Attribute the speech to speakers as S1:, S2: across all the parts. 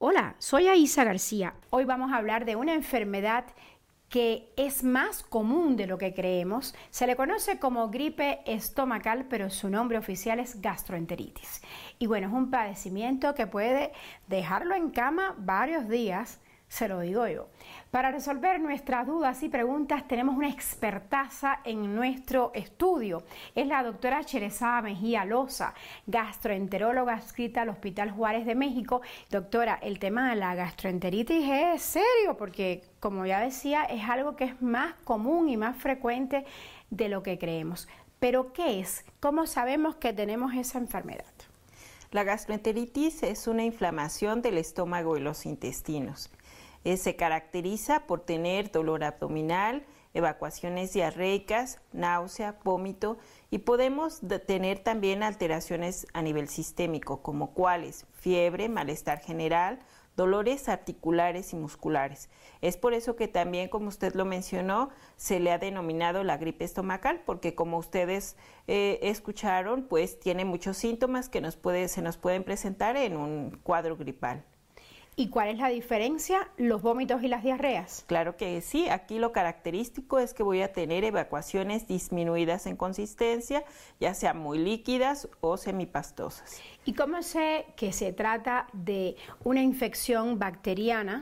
S1: Hola, soy Aisa García. Hoy vamos a hablar de una enfermedad que es más común de lo que creemos. Se le conoce como gripe estomacal, pero su nombre oficial es gastroenteritis. Y bueno, es un padecimiento que puede dejarlo en cama varios días, se lo digo yo. Para resolver nuestras dudas y preguntas tenemos una expertaza en nuestro estudio. Es la doctora Cherezada Mejía Loza, gastroenteróloga adscrita al Hospital Juárez de México. Doctora, el tema de la gastroenteritis es serio porque, como ya decía, es algo que es más común y más frecuente de lo que creemos. ¿Pero qué es? ¿Cómo sabemos que tenemos esa enfermedad?
S2: La gastroenteritis es una inflamación del estómago y los intestinos. Se caracteriza por tener dolor abdominal, evacuaciones diarreicas, náusea, vómito y podemos tener también alteraciones a nivel sistémico, como cuáles: fiebre, malestar general, dolores articulares y musculares. Es por eso que también, como usted lo mencionó, se le ha denominado la gripe estomacal, porque como ustedes escucharon, pues tiene muchos síntomas que se nos pueden presentar en un cuadro gripal.
S1: ¿Y cuál es la diferencia? ¿Los vómitos y las diarreas?
S2: Claro que sí, aquí lo característico es que voy a tener evacuaciones disminuidas en consistencia, ya sea muy líquidas o semipastosas.
S1: ¿Y cómo sé que se trata de una infección bacteriana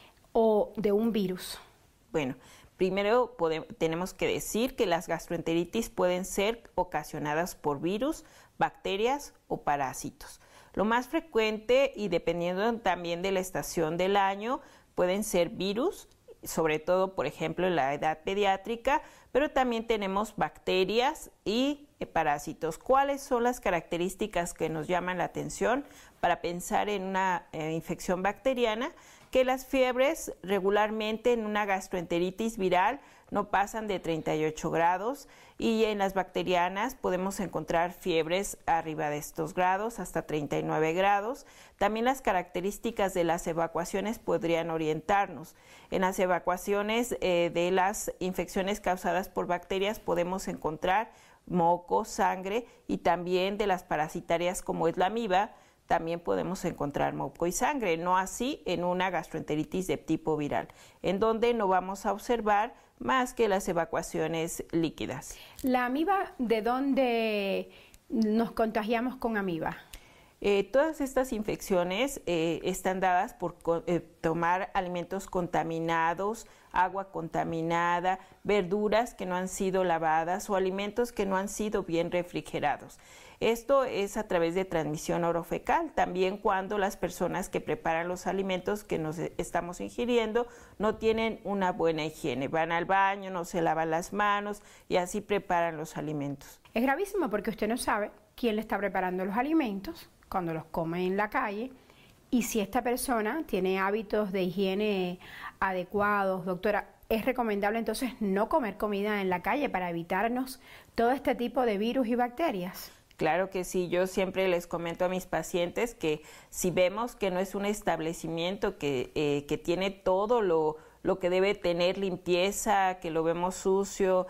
S1: o de un virus?
S2: Bueno, primero tenemos que decir que las gastroenteritis pueden ser ocasionadas por virus, bacterias o parásitos. Lo más frecuente, y dependiendo también de la estación del año, pueden ser virus, sobre todo, por ejemplo, en la edad pediátrica, pero también tenemos bacterias y parásitos. ¿Cuáles son las características que nos llaman la atención para pensar en una infección bacteriana? Que las fiebres regularmente en una gastroenteritis viral no pasan de 38 grados y en las bacterianas podemos encontrar fiebres arriba de estos grados, hasta 39 grados. También las características de las evacuaciones podrían orientarnos. En las evacuaciones de las infecciones causadas por bacterias podemos encontrar moco, sangre, y también de las parasitarias como es la amiba, también podemos encontrar moco y sangre, no así en una gastroenteritis de tipo viral, en donde no vamos a observar más que las evacuaciones líquidas.
S1: ¿La amiba, de dónde nos contagiamos con amiba?
S2: Todas estas infecciones están dadas por tomar alimentos contaminados, agua contaminada, verduras que no han sido lavadas o alimentos que no han sido bien refrigerados. Esto es a través de transmisión orofecal, también cuando las personas que preparan los alimentos que nos estamos ingiriendo no tienen una buena higiene, van al baño, no se lavan las manos y así preparan los alimentos.
S1: Es gravísimo porque usted no sabe quién le está preparando los alimentos cuando los come en la calle, y si esta persona tiene hábitos de higiene adecuados. Doctora, ¿es recomendable entonces no comer comida en la calle para evitarnos todo este tipo de virus y bacterias?
S2: Claro que sí, yo siempre les comento a mis pacientes que si vemos que no es un establecimiento que tiene todo lo que debe tener limpieza, que lo vemos sucio,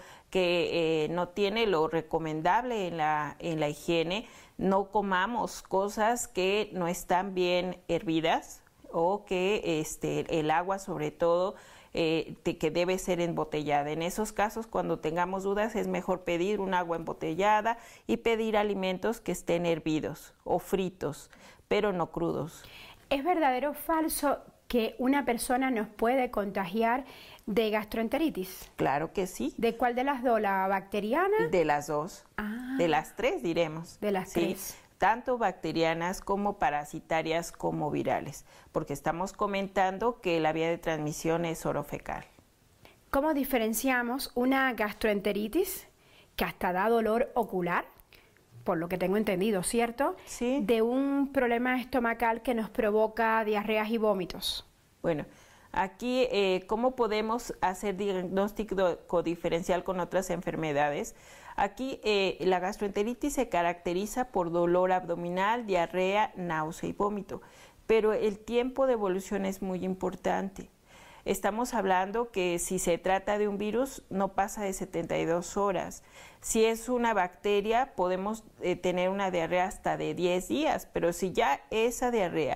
S2: que no tiene lo recomendable en la higiene, no comamos cosas que no están bien hervidas o que el agua sobre todo que debe ser embotellada. En esos casos, cuando tengamos dudas, es mejor pedir un agua embotellada y pedir alimentos que estén hervidos o fritos, pero no crudos.
S1: ¿Es verdadero o falso que una persona nos puede contagiar de gastroenteritis?
S2: Claro que sí.
S1: ¿De cuál de las dos? ¿La bacteriana?
S2: De las dos. De las tres, diremos.
S1: De las tres.
S2: Tanto bacterianas como parasitarias como virales, porque estamos comentando que la vía de transmisión es orofecal.
S1: ¿Cómo diferenciamos una gastroenteritis que hasta da dolor ocular, por lo que tengo entendido, ¿cierto?
S2: Sí.
S1: De un problema estomacal que nos provoca diarreas y vómitos?
S2: Bueno, aquí, ¿cómo podemos hacer diagnóstico diferencial con otras enfermedades? Aquí la gastroenteritis se caracteriza por dolor abdominal, diarrea, náusea y vómito, pero el tiempo de evolución es muy importante. Estamos hablando que si se trata de un virus no pasa de 72 horas. Si es una bacteria podemos tener una diarrea hasta de 10 días, pero si ya esa diarrea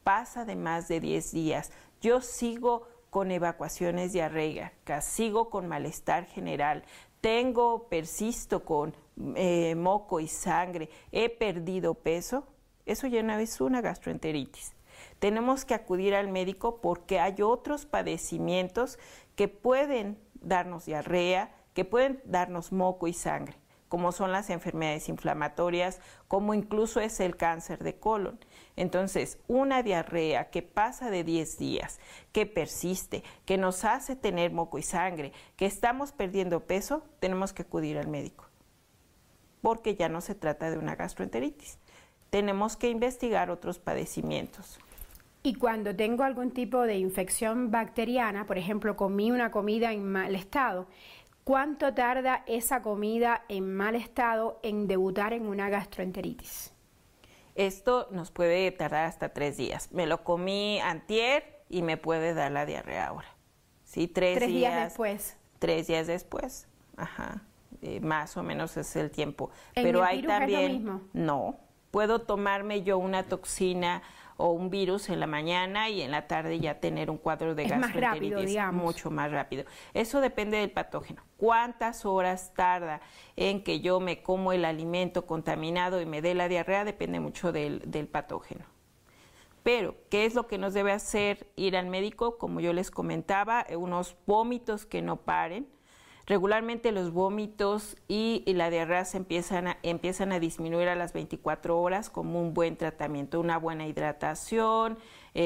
S2: pasa de más de 10 días, yo sigo con evacuaciones diarreicas, sigo con malestar general, persisto con moco y sangre, he perdido peso, eso ya no es una gastroenteritis. Tenemos que acudir al médico porque hay otros padecimientos que pueden darnos diarrea, que pueden darnos moco y sangre, como son las enfermedades inflamatorias, como incluso es el cáncer de colon. Entonces, una diarrea que pasa de 10 días, que persiste, que nos hace tener moco y sangre, que estamos perdiendo peso, tenemos que acudir al médico, porque ya no se trata de una gastroenteritis. Tenemos que investigar otros padecimientos.
S1: Y cuando tengo algún tipo de infección bacteriana, por ejemplo, comí una comida en mal estado, ¿cuánto tarda esa comida en mal estado en debutar en una gastroenteritis?
S2: Esto nos puede tardar hasta 3 días. Me lo comí antier y me puede dar la diarrea ahora. ¿Sí? 3
S1: días después.
S2: 3 días después. Ajá. Más o menos es el tiempo.
S1: Pero hay también. ¿Es lo mismo?
S2: No. Puedo tomarme yo una toxina o un virus en la mañana y en la tarde ya tener un cuadro de gastroenteritis.
S1: Más rápido, digamos.
S2: Mucho más rápido. Eso depende del patógeno. ¿Cuántas horas tarda en que yo me como el alimento contaminado y me dé la diarrea? Depende mucho del patógeno. Pero, ¿qué es lo que nos debe hacer ir al médico? Como yo les comentaba, unos vómitos que no paren. Regularmente los vómitos y la diarrea se empiezan a disminuir a las 24 horas como un buen tratamiento, una buena hidratación,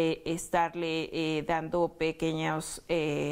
S2: estarle dando pequeños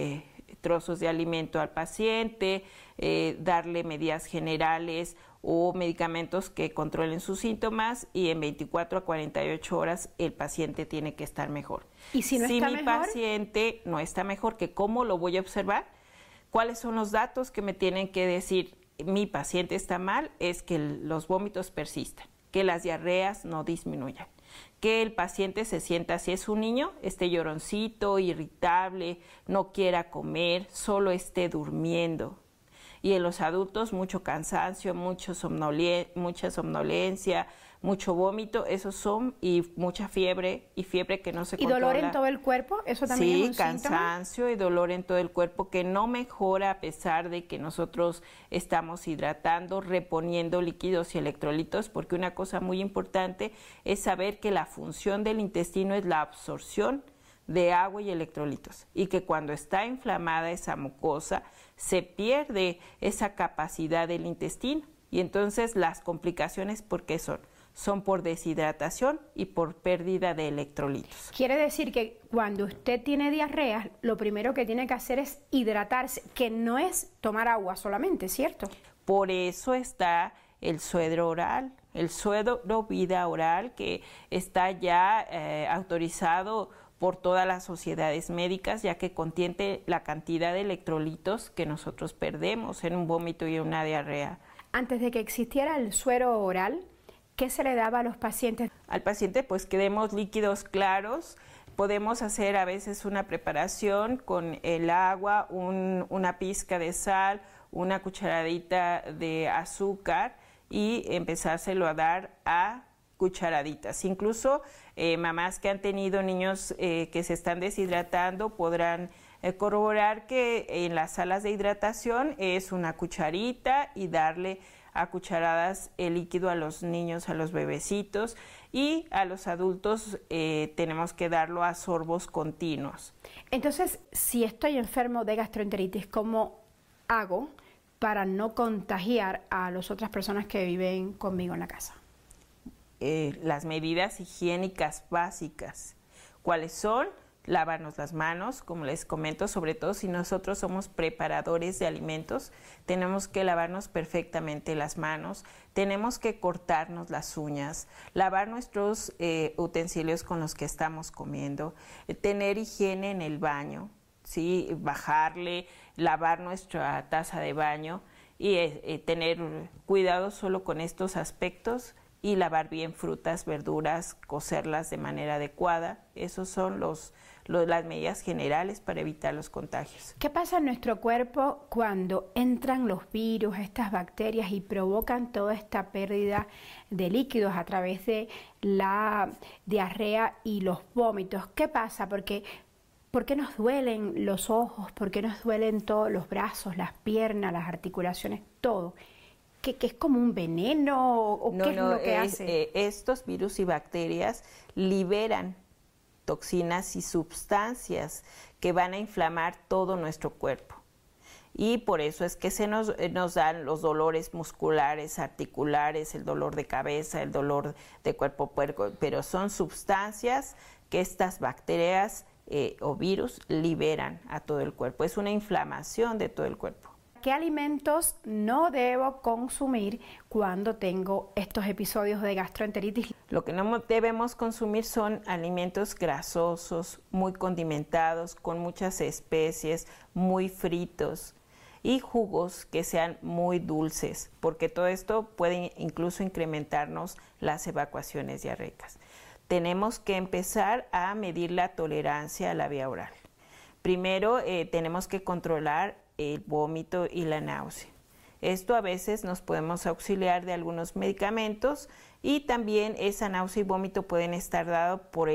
S2: trozos de alimento al paciente, darle medidas generales o medicamentos que controlen sus síntomas y en 24 a 48 horas el paciente tiene que estar mejor.
S1: ¿Y si no está mejor?
S2: Si mi paciente no está mejor, ¿cómo lo voy a observar? ¿Cuáles son los datos que me tienen que decir mi paciente está mal? Es que los vómitos persistan, que las diarreas no disminuyan, que el paciente se sienta, si es un niño, esté lloroncito, irritable, no quiera comer, solo esté durmiendo. Y en los adultos mucho cansancio, mucha somnolencia, mucho vómito, esos son, y mucha fiebre, y fiebre que no se controla.
S1: ¿Y dolor en todo el cuerpo? ¿Eso también es un síntoma?
S2: Sí, cansancio y dolor en todo el cuerpo que no mejora a pesar de que nosotros estamos hidratando, reponiendo líquidos y electrolitos, porque una cosa muy importante es saber que la función del intestino es la absorción de agua y electrolitos, y que cuando está inflamada esa mucosa se pierde esa capacidad del intestino, y entonces las complicaciones, ¿por qué son? Son por deshidratación y por pérdida de electrolitos.
S1: Quiere decir que cuando usted tiene diarrea, lo primero que tiene que hacer es hidratarse, que no es tomar agua solamente, ¿cierto?
S2: Por eso está el suero oral, el suero vida oral, que está ya autorizado por todas las sociedades médicas, ya que contiene la cantidad de electrolitos que nosotros perdemos en un vómito y una diarrea.
S1: Antes de que existiera el suero oral, ¿qué se le daba a los pacientes?
S2: Al paciente, pues que demos líquidos claros. Podemos hacer a veces una preparación con el agua, una pizca de sal, una cucharadita de azúcar y empezárselo a dar a cucharaditas. Incluso mamás que han tenido niños que se están deshidratando podrán corroborar que en las salas de hidratación es una cucharita y darle a cucharadas el líquido a los niños, a los bebecitos, y a los adultos tenemos que darlo a sorbos continuos.
S1: Entonces, si estoy enfermo de gastroenteritis, ¿cómo hago para no contagiar a las otras personas que viven conmigo en la casa?
S2: Las medidas higiénicas básicas. ¿Cuáles son? Lavarnos las manos, como les comento, sobre todo si nosotros somos preparadores de alimentos, tenemos que lavarnos perfectamente las manos, tenemos que cortarnos las uñas, lavar nuestros utensilios con los que estamos comiendo, tener higiene en el baño, ¿sí? Bajarle, lavar nuestra taza de baño y tener cuidado solo con estos aspectos y lavar bien frutas, verduras, cocerlas de manera adecuada. Esos son las medidas generales para evitar los contagios.
S1: ¿Qué pasa en nuestro cuerpo cuando entran los virus, estas bacterias y provocan toda esta pérdida de líquidos a través de la diarrea y los vómitos? ¿Qué pasa? ¿Por qué nos duelen los ojos? ¿Por qué nos duelen todos los brazos, las piernas, las articulaciones, todo? ¿Que es como un veneno o qué es lo que hace?
S2: Estos virus y bacterias liberan toxinas y sustancias que van a inflamar todo nuestro cuerpo. Y por eso es que se nos dan los dolores musculares, articulares, el dolor de cabeza, el dolor de cuerpo, pero son sustancias que estas bacterias o virus liberan a todo el cuerpo. Es una inflamación de todo el cuerpo.
S1: ¿Qué alimentos no debo consumir cuando tengo estos episodios de gastroenteritis?
S2: Lo que no debemos consumir son alimentos grasosos, muy condimentados, con muchas especies, muy fritos y jugos que sean muy dulces, porque todo esto puede incluso incrementarnos las evacuaciones diarreicas. Tenemos que empezar a medir la tolerancia a la vía oral. Primero tenemos que controlar el vómito y la náusea. Esto a veces nos podemos auxiliar de algunos medicamentos y también esa náusea y vómito pueden estar dados por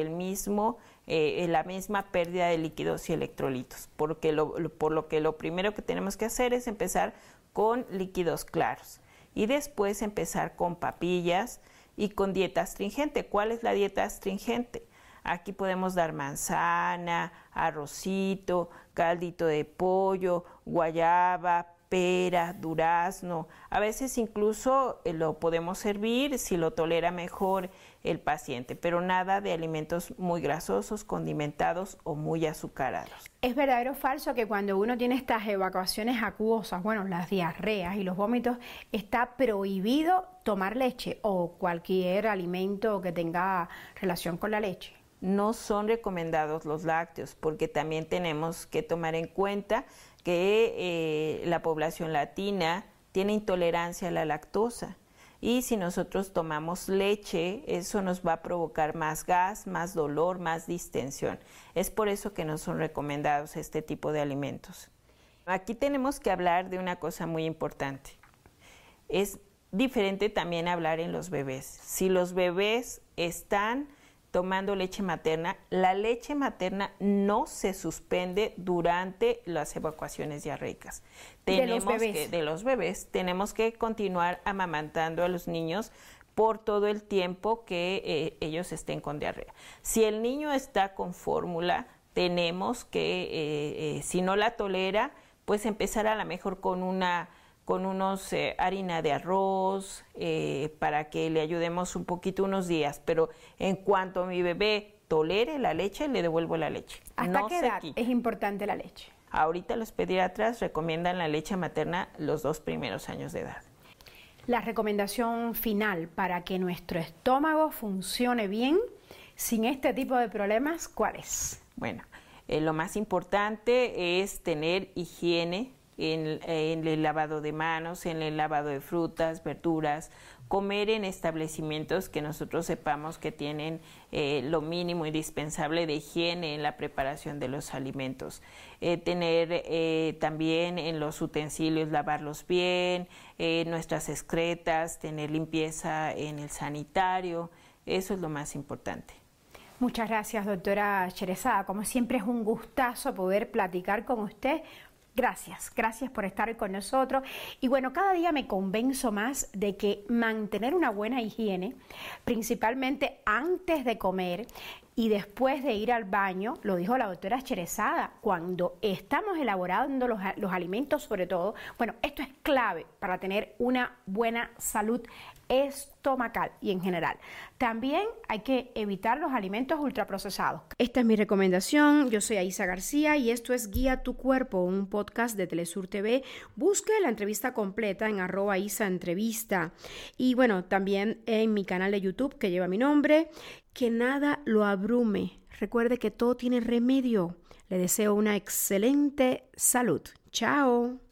S2: la misma pérdida de líquidos y electrolitos, por lo que lo primero que tenemos que hacer es empezar con líquidos claros y después empezar con papillas y con dieta astringente. ¿Cuál es la dieta astringente? Aquí podemos dar manzana, arrocito, caldito de pollo, guayaba, pera, durazno. A veces incluso lo podemos servir si lo tolera mejor el paciente, pero nada de alimentos muy grasosos, condimentados o muy azucarados.
S1: ¿Es verdadero o falso que cuando uno tiene estas evacuaciones acuosas, las diarreas y los vómitos, está prohibido tomar leche o cualquier alimento que tenga relación con la leche?
S2: No son recomendados los lácteos porque también tenemos que tomar en cuenta que la población latina tiene intolerancia a la lactosa y si nosotros tomamos leche, eso nos va a provocar más gas, más dolor, más distensión. Es por eso que no son recomendados este tipo de alimentos. Aquí tenemos que hablar de una cosa muy importante. Es diferente también hablar en los bebés. Si los bebés están tomando leche materna, la leche materna no se suspende durante las evacuaciones diarreicas. De los bebés tenemos que continuar amamantando a los niños por todo el tiempo que ellos estén con diarrea. Si el niño está con fórmula, tenemos que, si no la tolera, pues empezar a lo mejor con unos harina de arroz para que le ayudemos un poquito unos días, pero en cuanto mi bebé tolere la leche, le devuelvo la leche.
S1: ¿Hasta qué edad es importante la leche?
S2: Ahorita los pediatras recomiendan la leche materna los 2 primeros años de edad.
S1: La recomendación final para que nuestro estómago funcione bien sin este tipo de problemas, ¿cuál es?
S2: Bueno, lo más importante es tener higiene en el lavado de manos, en el lavado de frutas, verduras, comer en establecimientos que nosotros sepamos que tienen lo mínimo indispensable de higiene en la preparación de los alimentos. Tener también en los utensilios, lavarlos bien, nuestras excretas, tener limpieza en el sanitario, eso es lo más importante.
S1: Muchas gracias, doctora Sherezada. Como siempre es un gustazo poder platicar con usted. Gracias por estar hoy con nosotros. Y bueno, cada día me convenzo más de que mantener una buena higiene, principalmente antes de comer y después de ir al baño, lo dijo la doctora Sherezada, cuando estamos elaborando los alimentos sobre todo, bueno, esto es clave para tener una buena salud estomacal y en general. También hay que evitar los alimentos ultraprocesados. Esta es mi recomendación. Yo soy Aisa García y esto es Guía tu Cuerpo, un podcast de Telesur TV. Busque la entrevista completa en @IsaEntrevista y bueno, también en mi canal de YouTube que lleva mi nombre. Que nada lo abrume. Recuerde que todo tiene remedio. Le deseo una excelente salud. Chao.